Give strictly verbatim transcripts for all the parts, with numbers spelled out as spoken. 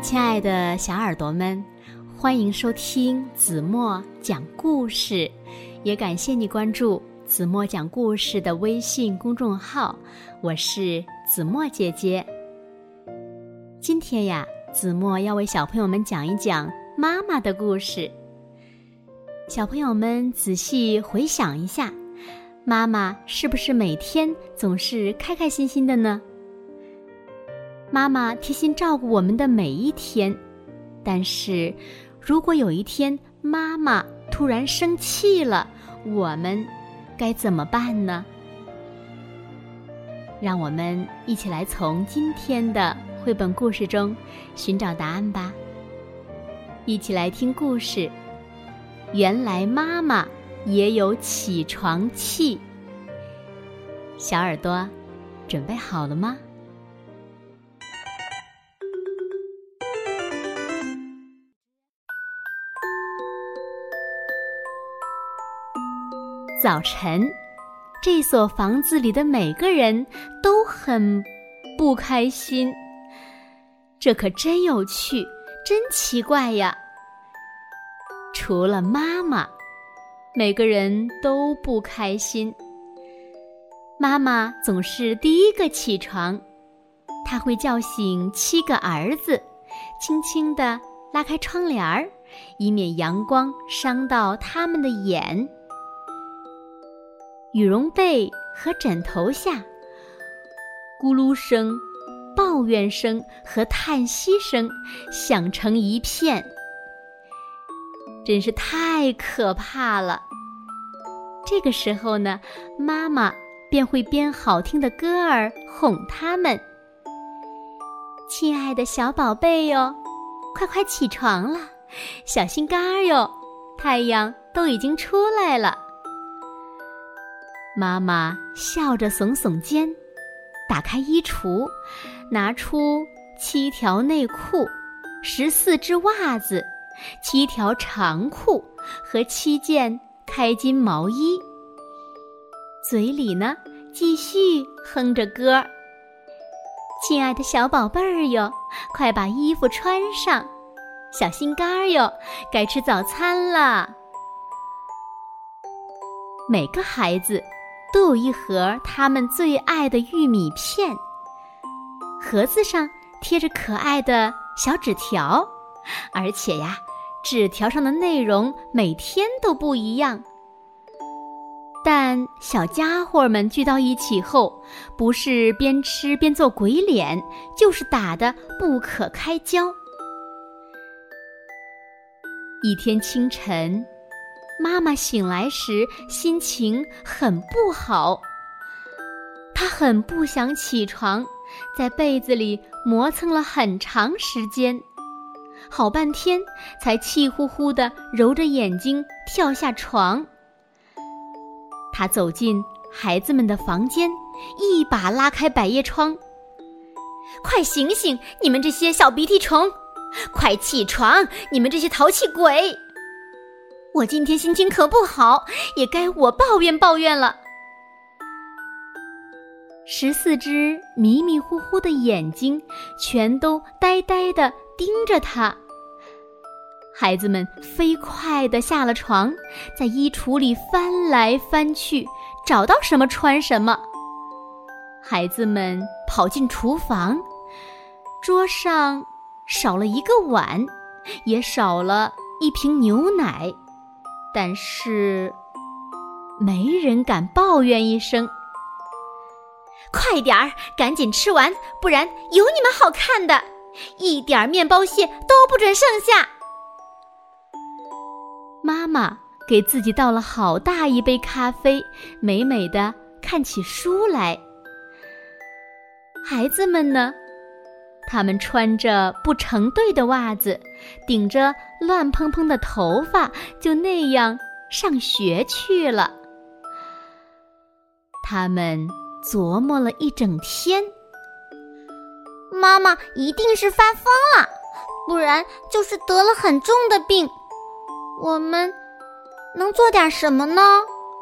亲爱的小耳朵们，欢迎收听子墨讲故事，也感谢你关注子墨讲故事的微信公众号，我是子墨姐姐。今天呀，子墨要为小朋友们讲一讲妈妈的故事。小朋友们仔细回想一下，妈妈是不是每天总是开开心心的呢？妈妈贴心照顾我们的每一天，但是如果有一天妈妈突然生气了，我们该怎么办呢？让我们一起来从今天的绘本故事中寻找答案吧。一起来听故事，原来妈妈也有起床气。小耳朵准备好了吗？早晨，这所房子里的每个人都很不开心。这可真有趣，真奇怪呀！除了妈妈，每个人都不开心。妈妈总是第一个起床，她会叫醒七个儿子，轻轻地拉开窗帘儿，以免阳光伤到他们的眼。羽绒被和枕头下，咕噜声、抱怨声和叹息声响成一片，真是太可怕了。这个时候呢，妈妈便会编好听的歌儿哄他们。亲爱的小宝贝哟，快快起床了，小心肝儿哟，太阳都已经出来了。妈妈笑着耸耸肩，打开衣橱，拿出七条内裤、十四只袜子、七条长裤和七件开襟毛衣，嘴里呢继续哼着歌。亲爱的小宝贝儿哟，快把衣服穿上，小心肝儿哟，该吃早餐啦。每个孩子都有一盒他们最爱的玉米片，盒子上贴着可爱的小纸条，而且呀，纸条上的内容每天都不一样。但小家伙们聚到一起后，不是边吃边做鬼脸，就是打得不可开交。一天清晨，妈妈醒来时心情很不好，她很不想起床，在被子里磨蹭了很长时间，好半天才气呼呼地揉着眼睛跳下床。她走进孩子们的房间，一把拉开百叶窗。快醒醒，你们这些小鼻涕虫！快起床，你们这些淘气鬼！我今天心情可不好，也该我抱怨抱怨了。十四只迷迷糊糊的眼睛全都呆呆地盯着他。孩子们飞快地下了床，在衣橱里翻来翻去，找到什么穿什么。孩子们跑进厨房，桌上少了一个碗，也少了一瓶牛奶，但是没人敢抱怨一声。快点儿，赶紧吃完，不然有你们好看的，一点面包屑都不准剩下。妈妈给自己倒了好大一杯咖啡，美美地看起书来。孩子们呢？他们穿着不成对的袜子，顶着乱蓬蓬的头发，就那样上学去了。他们琢磨了一整天， 妈妈一定是发疯了，不然就是得了很重的病。我们能做点什么呢？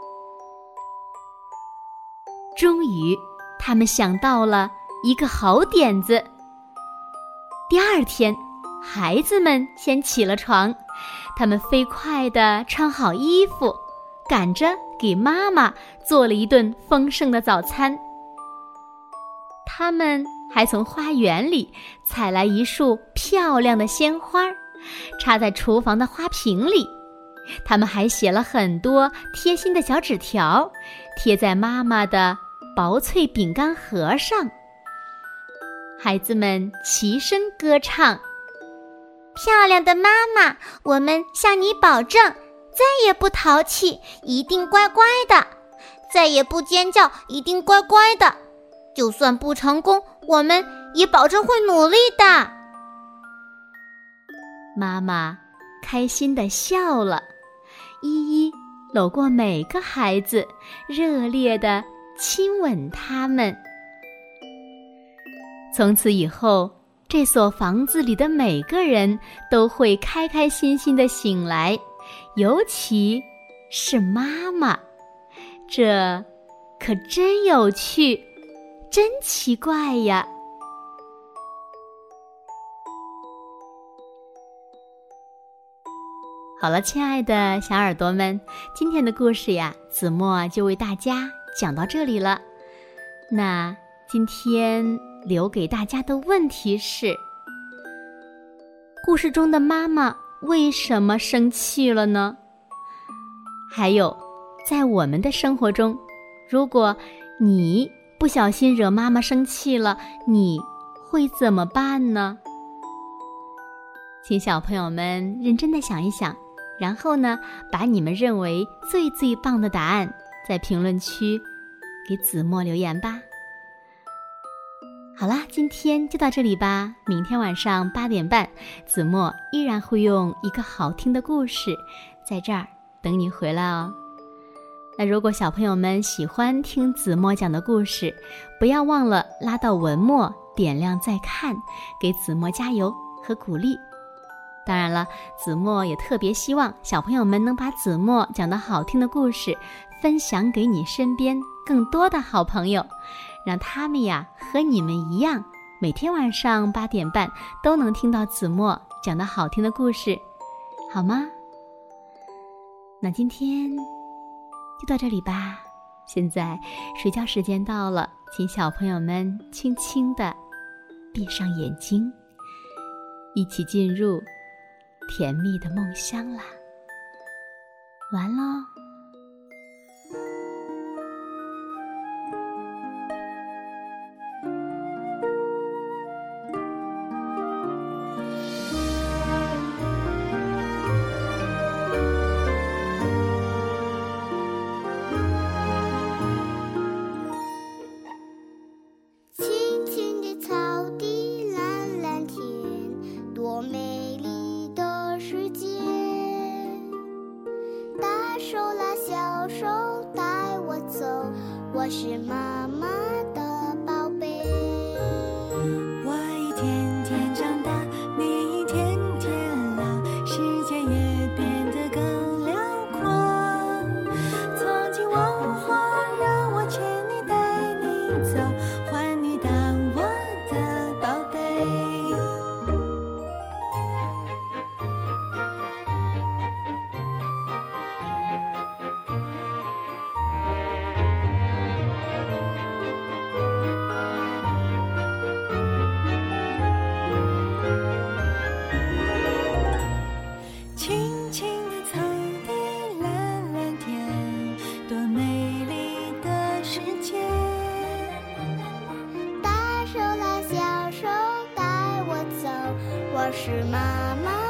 终于，他们想到了一个好点子。第二天， 孩子们先起了床，他们飞快地穿好衣服，赶着给妈妈做了一顿丰盛的早餐。他们还从花园里采来一束漂亮的鲜花，插在厨房的花瓶里。他们还写了很多贴心的小纸条，贴在妈妈的薄脆饼干盒上。孩子们齐声歌唱： 漂亮的妈妈，我们向你保证，再也不淘气，一定乖乖的；再也不尖叫，一定乖乖的。就算不成功，我们也保证会努力的。 妈妈开心地笑了，一一搂过每个孩子，热烈地亲吻他们。从此以后，这所房子里的每个人都会开开心心地醒来，尤其是妈妈。这可真有趣，真奇怪呀！好了，亲爱的小耳朵们，今天的故事呀，子墨就为大家讲到这里了。那今天留给大家的问题是：故事中的妈妈为什么生气了呢？还有，在我们的生活中，如果你不小心惹妈妈生气了，你会怎么办呢？请小朋友们认真地想一想，然后呢，把你们认为最最棒的答案在评论区给子墨留言吧。好啦，今天就到这里吧。明天晚上八点半，子墨依然会用一个好听的故事在这儿等你回来哦。那如果小朋友们喜欢听子墨讲的故事，不要忘了拉到文末点亮再看，给子墨加油和鼓励。当然了，子墨也特别希望小朋友们能把子墨讲的好听的故事分享给你身边更多的好朋友，让他们呀和你们一样，每天晚上八点半都能听到子墨讲的好听的故事，好吗？那今天就到这里吧。现在睡觉时间到了，请小朋友们轻轻地闭上眼睛，一起进入甜蜜的梦乡啦。完喽。 我是妈妈的宝贝。 我一天天长大，你一天天老，世界也变得更辽阔。从今往后，让我牵你带你走，还你当我的宝贝。 我是妈妈。